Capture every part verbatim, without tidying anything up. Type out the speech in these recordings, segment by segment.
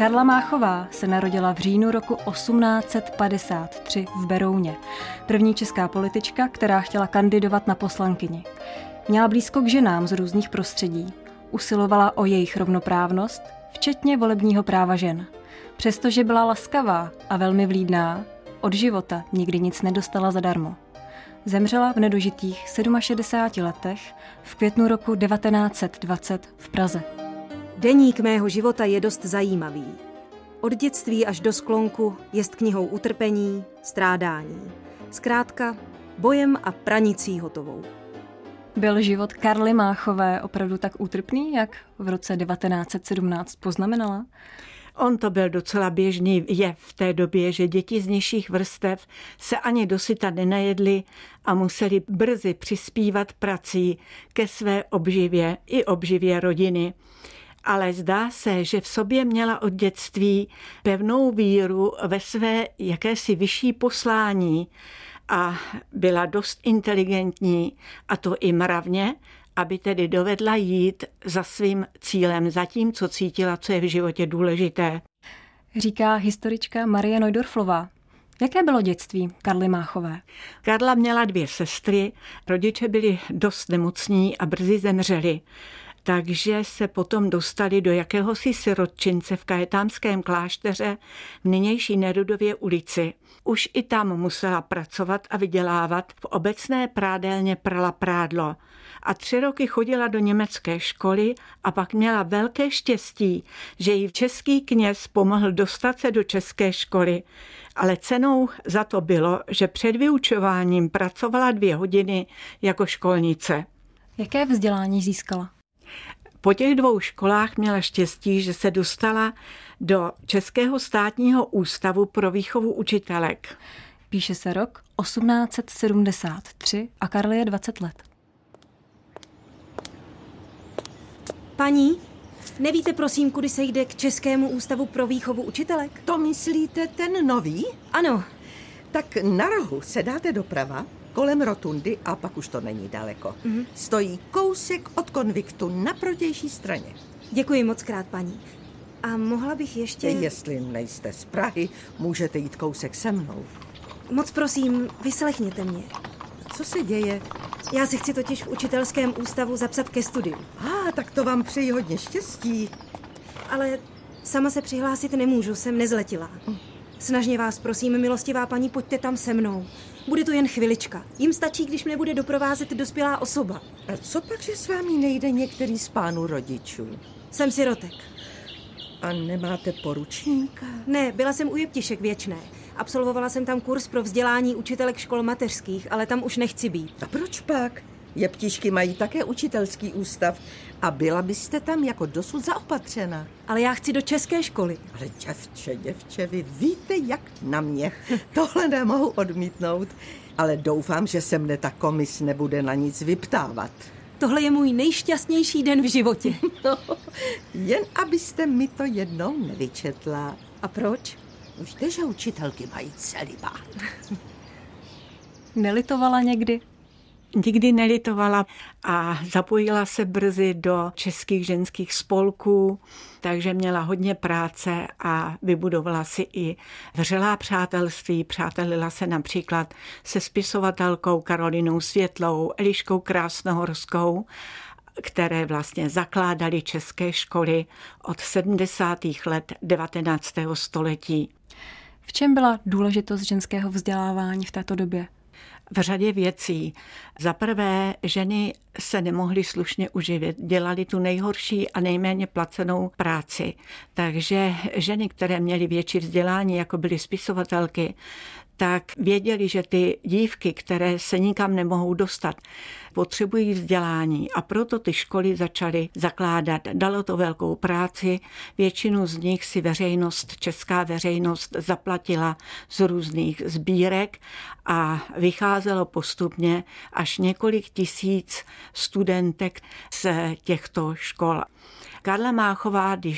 Karla Máchová se narodila v říjnu roku osmnáct set padesát tři v Berouně. První česká politička, která chtěla kandidovat na poslankyni. Měla blízko k ženám z různých prostředí. Usilovala o jejich rovnoprávnost, včetně volebního práva žen. Přestože byla laskavá a velmi vlídná, od života nikdy nic nedostala zadarmo. Zemřela v nedožitých šedesáti sedmi letech v květnu roku devatenáct set dvacet v Praze. Deník mého života je dost zajímavý. Od dětství až do sklonku jest knihou utrpení, strádání. Zkrátka bojem a pranicí hotovou. Byl život Karly Máchové opravdu tak útrpný, jak v roce devatenáct set sedmnáct poznamenala? On to byl docela běžný jev v té době, že děti z nižších vrstev se ani dosyta nenajedly a museli brzy přispívat prací ke své obživě i obživě rodiny. Ale zdá se, že v sobě měla od dětství pevnou víru ve své jakési vyšší poslání a byla dost inteligentní, a to i mravně, aby tedy dovedla jít za svým cílem, za tím, co cítila, co je v životě důležité. Říká historička Marie Neudorflová. Jaké bylo dětství Karly Máchové? Karla měla dvě sestry, rodiče byli dost nemocní a brzy zemřeli. Takže se potom dostali do jakéhosi sirotčince v Kajetánském klášteře v nynější Nerudově ulici. Už i tam musela pracovat a vydělávat. V obecné prádelně prala prádlo. A tři roky chodila do německé školy a pak měla velké štěstí, že jí český kněz pomohl dostat se do české školy. Ale cenou za to bylo, že před vyučováním pracovala dvě hodiny jako školnice. Jaké vzdělání získala? Po těch dvou školách měla štěstí, že se dostala do Českého státního ústavu pro výchovu učitelek. Píše se rok osmnáct set sedmdesát tři a Karle je dvacet let. Paní, nevíte prosím, kudy se jde k Českému ústavu pro výchovu učitelek? To myslíte ten nový? Ano. Tak na rohu se dáte doprava, kolem rotundy a pak už to není daleko. Mm-hmm. Stojí kousek od konviktu na protější straně. Děkuji moc krát, paní. A mohla bych ještě... Jestli nejste z Prahy, můžete jít kousek se mnou. Moc prosím, vyslechněte mě. Co se děje? Já se chci totiž v učitelském ústavu zapsat ke studiu. A ah, tak to vám přeji hodně štěstí. Ale sama se přihlásit nemůžu, jsem nezletila. Snažně vás prosím, milostivá paní, pojďte tam se mnou. Bude to jen chvilička. Jim stačí, když mě bude doprovázet dospělá osoba. A co pak, že s vámi nejde některý z pánů rodičů? Jsem sirotek. A nemáte poručníka? Ne, byla jsem u Jeptišek Věčné. Absolvovala jsem tam kurz pro vzdělání učitelek škol mateřských, ale tam už nechci být. A proč pak? Jeptišky mají také učitelský ústav a byla byste tam jako dosud zaopatřena. Ale já chci do české školy. Ale děvče, děvče, vy víte, jak na mě. Tohle nemohu odmítnout, ale doufám, že se mne ta komis nebude na nic vyptávat. Tohle je můj nejšťastnější den v životě. No, jen abyste mi to jednou nevyčetla. A proč? Víte, že učitelky mají celibát. Nelitovala někdy? Nikdy nelitovala a zapojila se brzy do českých ženských spolků, takže měla hodně práce a vybudovala si i vřelá přátelství. Přátelila se například se spisovatelkou Karolinou Světlou, Eliškou Krásnohorskou, které vlastně zakládaly české školy od sedmdesátých let devatenáctého století. V čem byla důležitost ženského vzdělávání v této době? V řadě věcí. Za prvé, ženy se nemohly slušně uživit, dělali tu nejhorší a nejméně placenou práci. Takže ženy, které měly větší vzdělání, jako byly spisovatelky, tak věděli, že ty dívky, které se nikam nemohou dostat, potřebují vzdělání a proto ty školy začaly zakládat. Dalo to velkou práci, většinu z nich si veřejnost, česká veřejnost zaplatila z různých sbírek a vycházelo postupně až několik tisíc studentek z těchto škol. Karla Máchová, když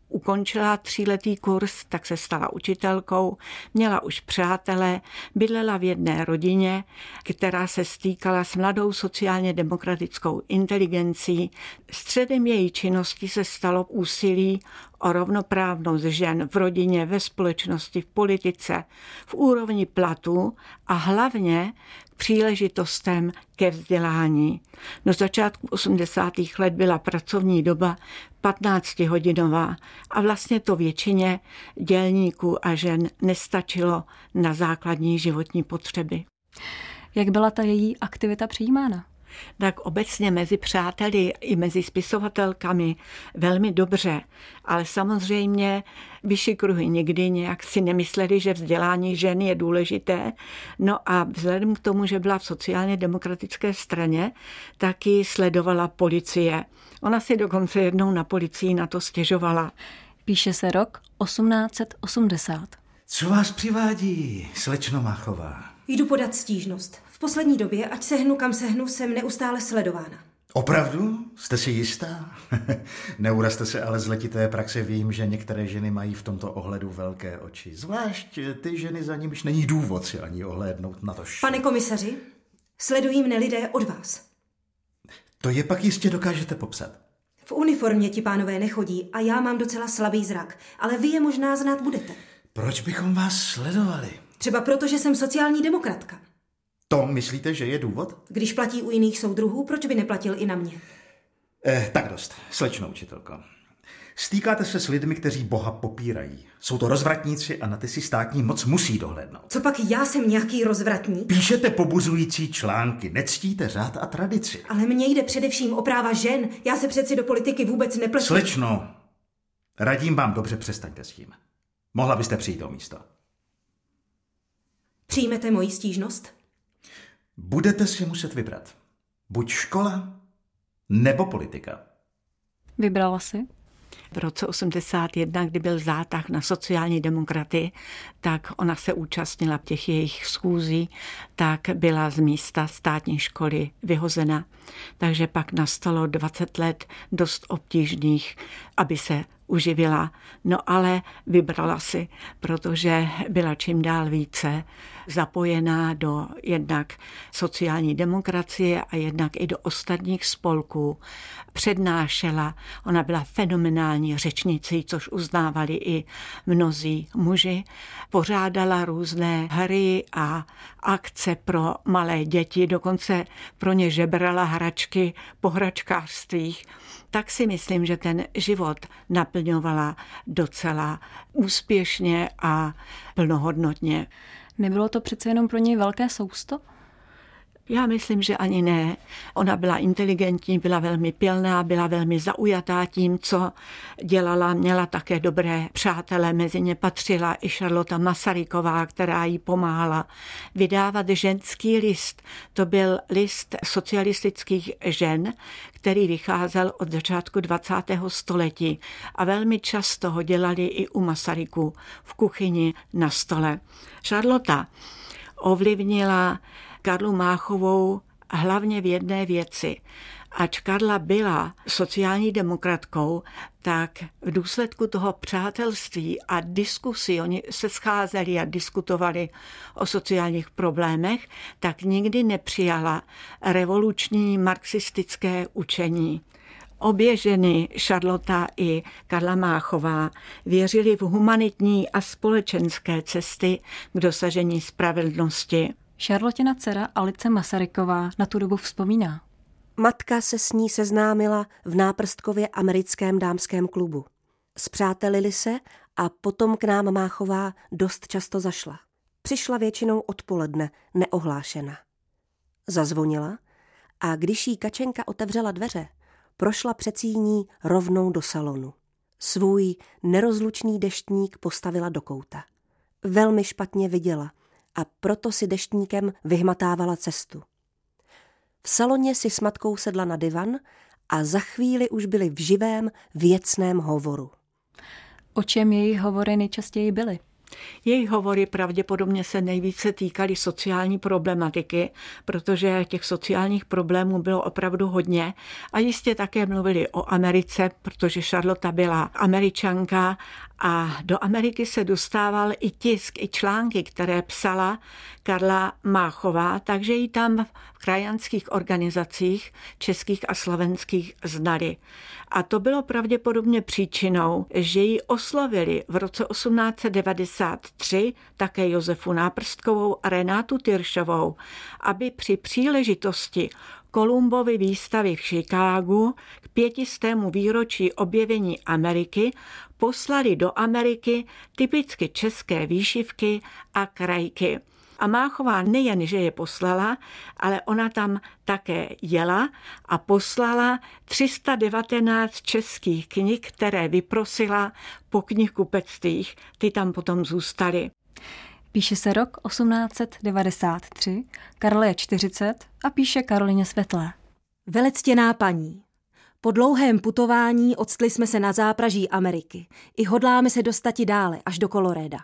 ukončila tříletý kurz, tak se stala učitelkou, měla už přátele, bydlela v jedné rodině, která se stýkala s mladou sociálně demokratickou inteligencí. Středem její činnosti se stalo úsilí o rovnoprávnost žen v rodině, ve společnosti, v politice, v úrovni platu a hlavně k příležitostem ke vzdělání. Do začátku osmdesátých let byla pracovní doba patnáctihodinová a vlastně to většině dělníků a žen nestačilo na základní životní potřeby. Jak byla ta její aktivita přijímána? Tak obecně mezi přáteli i mezi spisovatelkami velmi dobře, ale samozřejmě vyšší kruhy nikdy nějak si nemysleli, že vzdělání žen je důležité. No a vzhledem k tomu, že byla v sociálně demokratické straně, taky sledovala policie. Ona si dokonce jednou na policii na to stěžovala. Píše se rok osmnáct osmdesát. Co vás přivádí, slečno Máchová? Jdu podat stížnost. V poslední době, ať sehnu kam sehnu, jsem neustále sledována. Opravdu? Jste si jistá? Neurazte se, ale z letité praxe vím, že některé ženy mají v tomto ohledu velké oči. Zvlášť ty ženy, za nimiž není důvod si ani ohlédnout na to. Pane komisaři, sledují mne lidé od vás. To je pak jistě dokážete popsat. V uniformě ti pánové nechodí a já mám docela slabý zrak, ale vy je možná znát budete. Proč bychom vás sledovali? Třeba proto, že jsem sociální demokratka. To myslíte, že je důvod? Když platí u jiných soudruhů, proč by neplatil i na mě? Eh, tak dost, slečno učitelko. Stýkáte se s lidmi, kteří Boha popírají. Jsou to rozvratníci a na ty si státní moc musí dohlédnout. Co pak já jsem nějaký rozvratník? Píšete pobuzující články, nectíte řád a tradici. Ale mně jde především o práva žen. Já se přeci do politiky vůbec nepletu. Slečno, radím vám dobře, přestaňte s tím. Mohla byste přijít o místo. Přijmete moji stížnost? Budete si muset vybrat. Buď škola, nebo politika. Vybrala si? V roce osmdesát jedna, kdy byl zátah na sociální demokraty, tak ona se účastnila těch jejich schůzí, tak byla z místa státní školy vyhozena. Takže pak nastalo dvacet let dost obtížných, aby se uživila. No ale vybrala si, protože byla čím dál více zapojená do jednak sociální demokracie a jednak i do ostatních spolků. Přednášela, ona byla fenomenální řečnicí, což uznávali i mnozí muži. Pořádala různé hry a akce pro malé děti, dokonce pro ně žebrala hračky po hračkářstvích. Tak si myslím, že ten život naplňovala docela úspěšně a plnohodnotně. Nebylo to přece jenom pro něj velké sousto? Já myslím, že ani ne. Ona byla inteligentní, byla velmi pilná, byla velmi zaujatá tím, co dělala. Měla také dobré přátele, mezi ně patřila i Charlotta Masaryková, která jí pomáhala vydávat ženský list. To byl list socialistických žen, který vycházel od začátku dvacátého století a velmi často ho dělali i u Masaryků v kuchyni na stole. Charlotta ovlivnila Karlu Máchovou hlavně v jedné věci. Ač Karla byla sociální demokratkou, tak v důsledku toho přátelství a diskusí, oni se scházeli a diskutovali o sociálních problémech, tak nikdy nepřijala revoluční marxistické učení. Obě ženy, Charlotta i Karla Máchová, věřily v humanitní a společenské cesty k dosažení spravedlnosti. Charlottina dcera Alice Masaryková na tu dobu vzpomíná. Matka se s ní seznámila v Náprstkově americkém dámském klubu. Spřátelili se a potom k nám Máchová dost často zašla. Přišla většinou odpoledne, neohlášena. Zazvonila a když jí Kačenka otevřela dveře, prošla přecíní rovnou do salonu. Svůj nerozlučný deštník postavila do kouta. Velmi špatně viděla a proto si deštníkem vyhmatávala cestu. V saloně si s matkou sedla na divan a za chvíli už byli v živém, věcném hovoru. O čem její hovory nejčastěji byly? Jejich hovory pravděpodobně se nejvíce týkaly sociální problematiky, protože těch sociálních problémů bylo opravdu hodně a jistě také mluvili o Americe, protože Charlotte byla Američanka a do Ameriky se dostával i tisk, i články, které psala Karla Máchová, takže ji tam v krajanských organizacích českých a slovenských znali. A to bylo pravděpodobně příčinou, že ji oslovili v roce osmnáct set devadesát tři také Josefu Náprstkovou a Renátu Tyršovou, aby při příležitosti Kolumbovy výstavy v Chicagu k pětistému výročí objevení Ameriky poslali do Ameriky typicky české výšivky a krajky. A Máchová nejen, že je poslala, ale ona tam také jela a poslala tři sta devatenáct českých knih, které vyprosila po knihkupectvích. Ty tam potom zůstaly. Píše se rok osmnáct set devadesát tři, Karle je čtyřicet a píše Karolině Světlé. Velectěná paní, po dlouhém putování odstli jsme se na zápraží Ameriky. I hodláme se dostati dále, až do Colorada.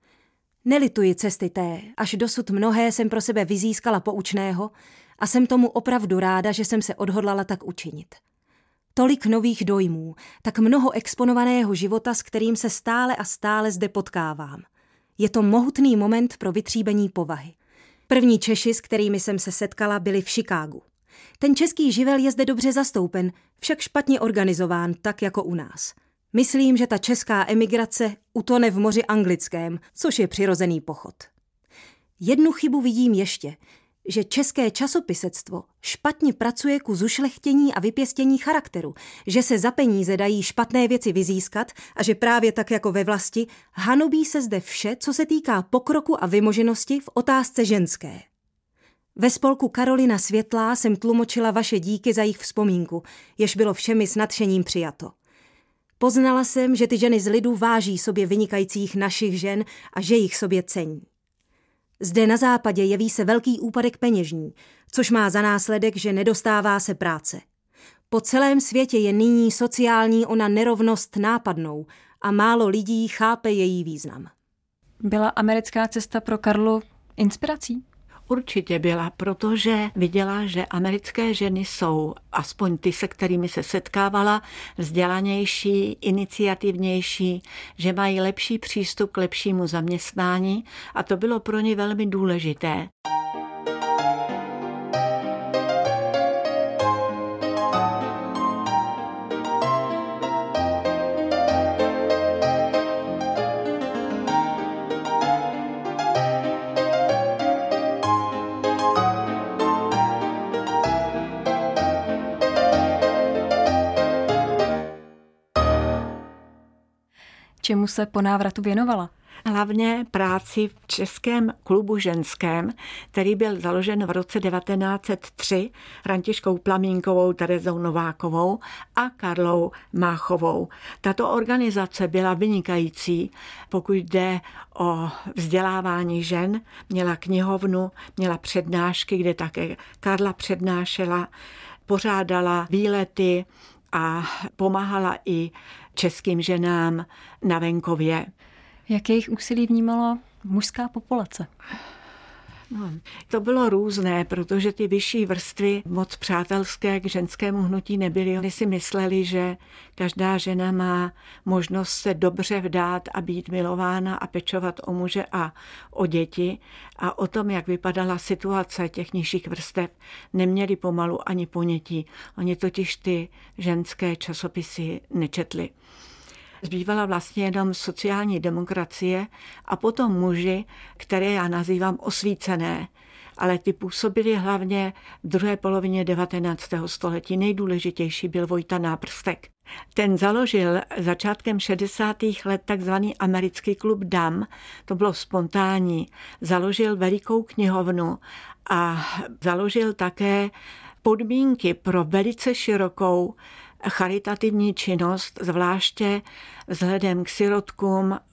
Nelituji cesty té, až dosud mnohé jsem pro sebe vyzískala poučného a jsem tomu opravdu ráda, že jsem se odhodlala tak učinit. Tolik nových dojmů, tak mnoho exponovaného života, s kterým se stále a stále zde potkávám. Je to mohutný moment pro vytříbení povahy. První Češi, s kterými jsem se setkala, byli v Chicagu. Ten český živel je zde dobře zastoupen, však špatně organizován, tak jako u nás. Myslím, že ta česká emigrace utone v moři anglickém, což je přirozený pochod. Jednu chybu vidím ještě, že české časopisectvo špatně pracuje ku zušlechtění a vypěstění charakteru, že se za peníze dají špatné věci vyzískat a že právě tak jako ve vlasti hanobí se zde vše, co se týká pokroku a vymoženosti v otázce ženské. Ve spolku Karolina Světlá jsem tlumočila vaše díky za jejich vzpomínku, jež bylo všemi s nadšením přijato. Poznala jsem, že ty ženy z lidu váží sobě vynikajících našich žen a že jich sobě cení. Zde na západě jeví se velký úpadek peněžní, což má za následek, že nedostává se práce. Po celém světě je nyní sociální ona nerovnost nápadnou a málo lidí chápe její význam. Byla americká cesta pro Karlu inspirací? Určitě byla, protože viděla, že americké ženy jsou, aspoň ty, se kterými se setkávala, vzdělanější, iniciativnější, že mají lepší přístup k lepšímu zaměstnání a to bylo pro ně velmi důležité. Čemu se po návratu věnovala? Hlavně práci v Českém klubu ženském, který byl založen v roce devatenáct set tři Františkou Plamínkovou, Terezou Novákovou a Karlou Máchovou. Tato organizace byla vynikající, pokud jde o vzdělávání žen. Měla knihovnu, měla přednášky, kde také Karla přednášela, pořádala výlety a pomáhala i českým ženám na venkově. Jak jejich úsilí vnímala mužská populace? No, to bylo různé, protože ty vyšší vrstvy moc přátelské k ženskému hnutí nebyly. Oni si mysleli, že každá žena má možnost se dobře vdát a být milována a pečovat o muže a o děti. A o tom, jak vypadala situace těch nižších vrstev, neměli pomalu ani ponětí. Oni totiž ty ženské časopisy nečetli. Zbývala vlastně jenom sociální demokracie a potom muži, které já nazývám osvícené, ale ty působili hlavně v druhé polovině devatenáctého století. Nejdůležitější byl Vojta Náprstek. Ten založil začátkem šedesátých let takzvaný americký klub dam, to bylo spontánní. Založil velikou knihovnu a založil také podmínky pro velice širokou charitativní činnost, zvláště vzhledem k sirotkům,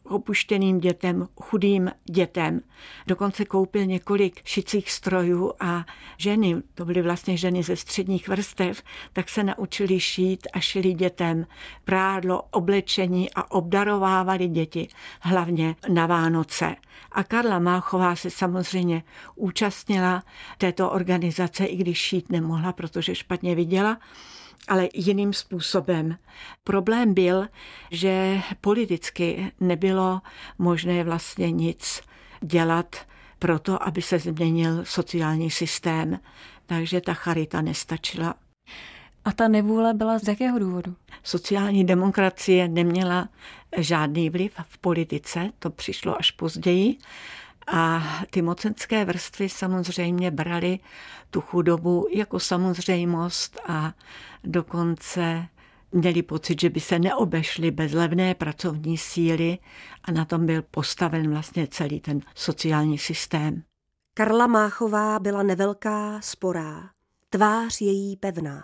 opuštěným dětem, chudým dětem. Dokonce koupil několik šicích strojů a ženy, to byly vlastně ženy ze středních vrstev, tak se naučili šít a šili dětem prádlo, oblečení a obdarovávali děti, hlavně na Vánoce. A Karla Máchová se samozřejmě účastnila této organizace, i když šít nemohla, protože špatně viděla, ale jiným způsobem. Problém byl, že politicky nebylo možné vlastně nic dělat pro to, aby se změnil sociální systém, takže ta charita nestačila. A ta nevůle byla z jakého důvodu? Sociální demokracie neměla žádný vliv v politice, to přišlo až později. A ty mocenské vrstvy samozřejmě braly tu chudobu jako samozřejmost a dokonce měli pocit, že by se neobešli bez levné pracovní síly a na tom byl postaven vlastně celý ten sociální systém. Karla Máchová byla nevelká, sporá, tvář její pevná.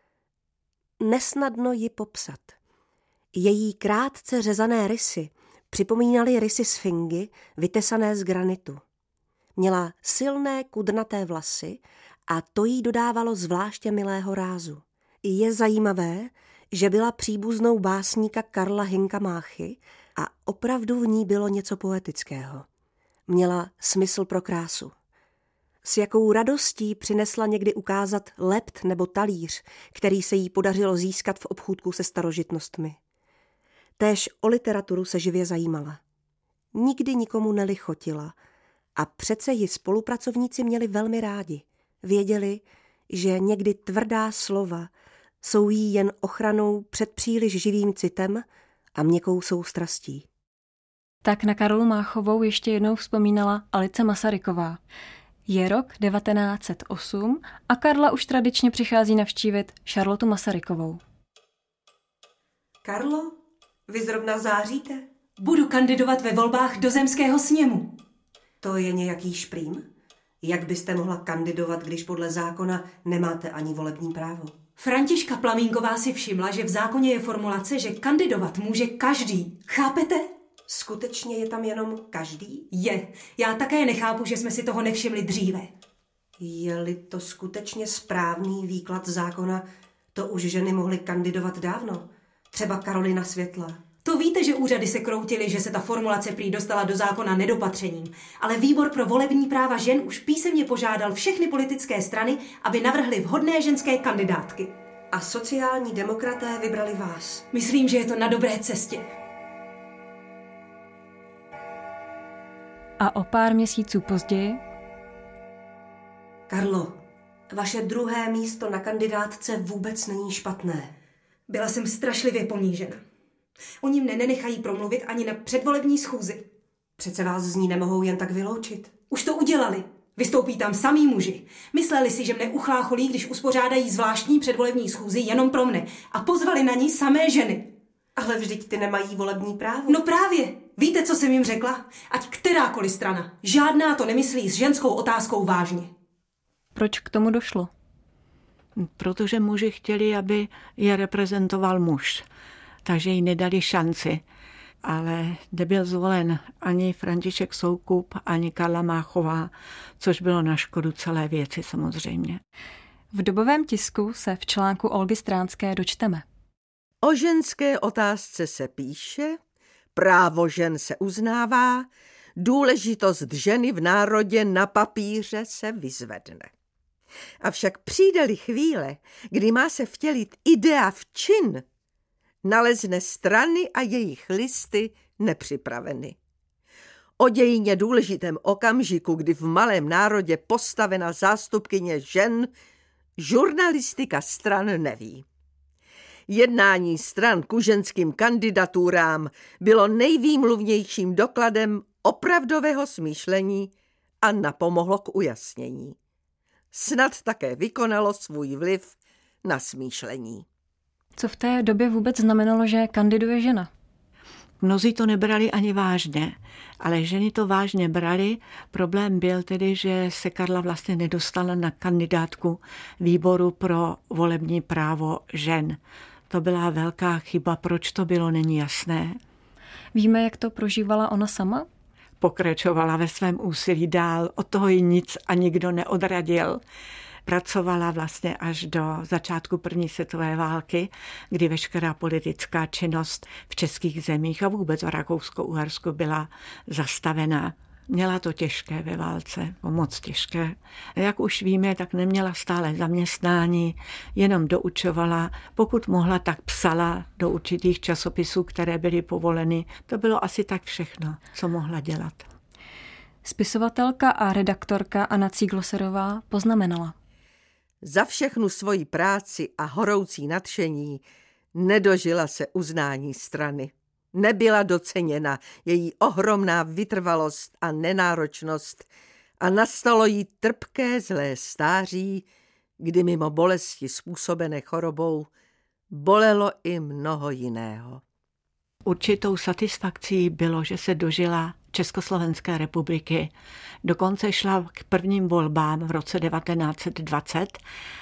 Nesnadno ji popsat. Její krátce řezané rysy připomínaly rysy sfingy, vytesané z granitu. Měla silné kudrnaté vlasy a to jí dodávalo zvláště milého rázu. Je zajímavé, že byla příbuznou básníka Karla Hynka Máchy a opravdu v ní bylo něco poetického. Měla smysl pro krásu. S jakou radostí přinesla někdy ukázat lept nebo talíř, který se jí podařilo získat v obchůdku se starožitnostmi. Též o literaturu se živě zajímala. Nikdy nikomu nelichotila a přece ji spolupracovníci měli velmi rádi. Věděli, že někdy tvrdá slova jsou jí jen ochranou před příliš živým citem a měkkou soustrastí. Tak na Karlu Máchovou ještě jednou vzpomínala Alice Masaryková. Je rok devatenáct set osm a Karla už tradičně přichází navštívit Šarlotu Masarykovou. Karlo, vy zrovna záříte? Budu kandidovat ve volbách do zemského sněmu. To je nějaký šprým? Jak byste mohla kandidovat, když podle zákona nemáte ani volební právo? Františka Plamínková si všimla, že v zákoně je formulace, že kandidovat může každý. Chápete? Skutečně je tam jenom každý? Je. Já také nechápu, že jsme si toho nevšimli dříve. Je-li to skutečně správný výklad zákona, to už ženy mohly kandidovat dávno. Třeba Karolina Světla. To víte, že úřady se kroutily, že se ta formulace prý dostala do zákona nedopatřením. Ale výbor pro volební práva žen už písemně požádal všechny politické strany, aby navrhly vhodné ženské kandidátky. A sociální demokraté vybrali vás. Myslím, že je to na dobré cestě. A o pár měsíců později... Karlo, vaše druhé místo na kandidátce vůbec není špatné. Byla jsem strašlivě ponížena. Oni mne nenechají promluvit ani na předvolební schůzi. Přece vás z ní nemohou jen tak vyloučit. Už to udělali. Vystoupí tam samý muži. Mysleli si, že mne uchlácholí, když uspořádají zvláštní předvolební schůzi jenom pro mne a pozvali na ní samé ženy. Ale vždyť ty nemají volební právo. No právě. Víte, co jsem jim řekla? Ať kterákoliv strana. Žádná to nemyslí s ženskou otázkou vážně. Proč k tomu došlo? Protože muži chtěli, aby je reprezentoval muž. Takže jí nedali šanci. Ale nebyl zvolen ani František Soukup, ani Karla Máchová, což bylo na škodu celé věci samozřejmě. V dobovém tisku se v článku Olgy Stránské dočteme. O ženské otázce se píše, právo žen se uznává, důležitost ženy v národě na papíře se vyzvedne. Avšak přijde-li chvíle, kdy má se vtělit idea v čin, nalezne strany a jejich listy nepřipraveny. O dějině důležitém okamžiku, kdy v malém národě postavena zástupkyně žen, žurnalistika stran neví. Jednání stran ku ženským kandidaturám bylo nejvýmluvnějším dokladem opravdového smýšlení a napomohlo k ujasnění. Snad také vykonalo svůj vliv na smýšlení. Co v té době vůbec znamenalo, že kandiduje žena? Mnozí to nebrali ani vážně, ale ženy to vážně brali. Problém byl tedy, že se Karla vlastně nedostala na kandidátku výboru pro volební právo žen. To byla velká chyba, proč to bylo, není jasné. Víme, jak to prožívala ona sama? Pokračovala ve svém úsilí dál, od toho ji nic a nikdo neodradil. Pracovala vlastně až do začátku první světové války, kdy veškerá politická činnost v českých zemích a vůbec v Rakousko-Uhersku byla zastavená. Měla to těžké ve válce, moc těžké. Jak už víme, tak neměla stále zaměstnání, jenom doučovala. Pokud mohla, tak psala do určitých časopisů, které byly povoleny. To bylo asi tak všechno, co mohla dělat. Spisovatelka a redaktorka Anna Ziegloserová poznamenala. Za všechnu svoji práci a horoucí nadšení nedožila se uznání strany. Nebyla doceněna její ohromná vytrvalost a nenáročnost a nastalo jí trpké zlé stáří, kdy mimo bolesti způsobené chorobou bolelo i mnoho jiného. Určitou satisfakcí bylo, že se dožila Československé republiky. Dokonce šla k prvním volbám v roce devatenáct set dvacet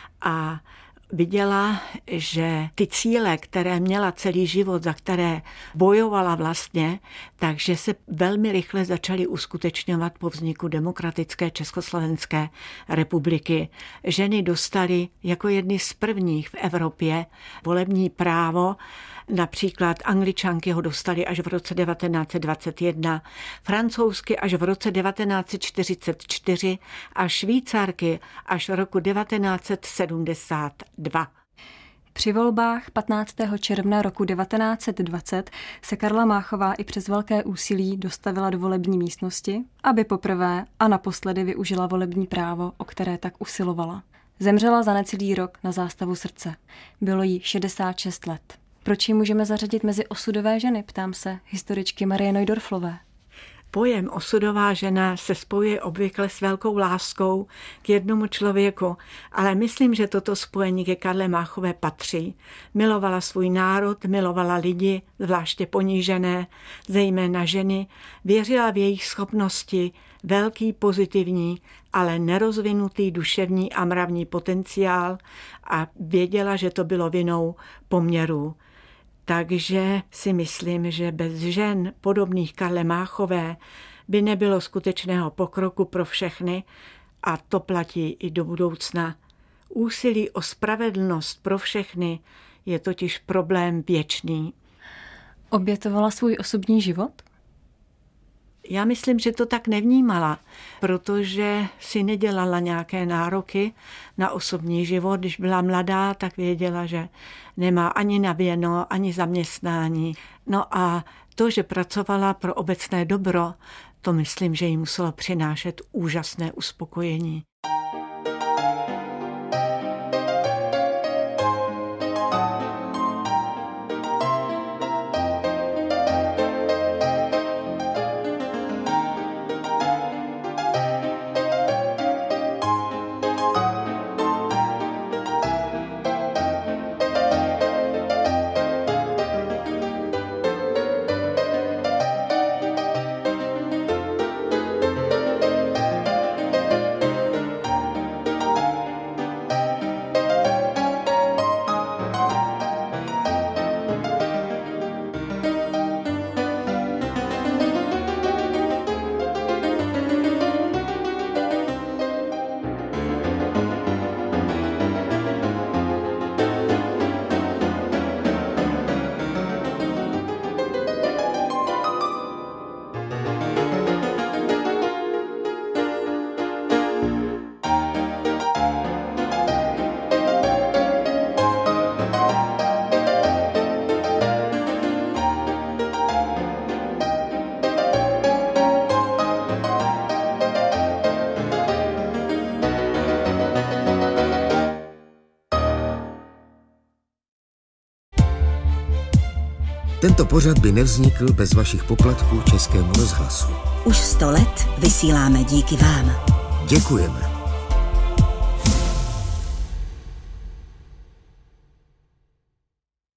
a viděla, že ty cíle, které měla celý život, za které bojovala vlastně, takže se velmi rychle začaly uskutečňovat po vzniku demokratické Československé republiky. Ženy dostaly jako jedny z prvních v Evropě volební právo. Například Angličanky ho dostali až v roce devatenáct set dvacet jedna, Francouzsky až v roce devatenáct set čtyřicet čtyři a Švýcarky až roku devatenáct set sedmdesát dva. Při volbách patnáctého června roku devatenáct set dvacet se Karla Máchová i přes velké úsilí dostavila do volební místnosti, aby poprvé a naposledy využila volební právo, o které tak usilovala. Zemřela za necelý rok na zástavu srdce. Bylo jí šedesát šest let. Proč ji můžeme zařadit mezi osudové ženy, ptám se historičky Marie Neudorflové. Pojem osudová žena se spojuje obvykle s velkou láskou k jednomu člověku, ale myslím, že toto spojení ke Karle Máchové patří. Milovala svůj národ, milovala lidi, zvláště ponížené, zejména ženy, věřila v jejich schopnosti, velký pozitivní, ale nerozvinutý duševní a mravní potenciál a věděla, že to bylo vinou poměrů. Takže si myslím, že bez žen podobných Karle Máchové by nebylo skutečného pokroku pro všechny a to platí i do budoucna. Úsilí o spravedlnost pro všechny je totiž problém věčný. Obětovala svůj osobní život? Já myslím, že to tak nevnímala, protože si nedělala nějaké nároky na osobní život. Když byla mladá, tak věděla, že nemá ani na věno, ani zaměstnání. No a to, že pracovala pro obecné dobro, to myslím, že jí muselo přinášet úžasné uspokojení. Tento pořad by nevznikl bez vašich poplatků Českému rozhlasu. Už sto let vysíláme díky vám. Děkujeme.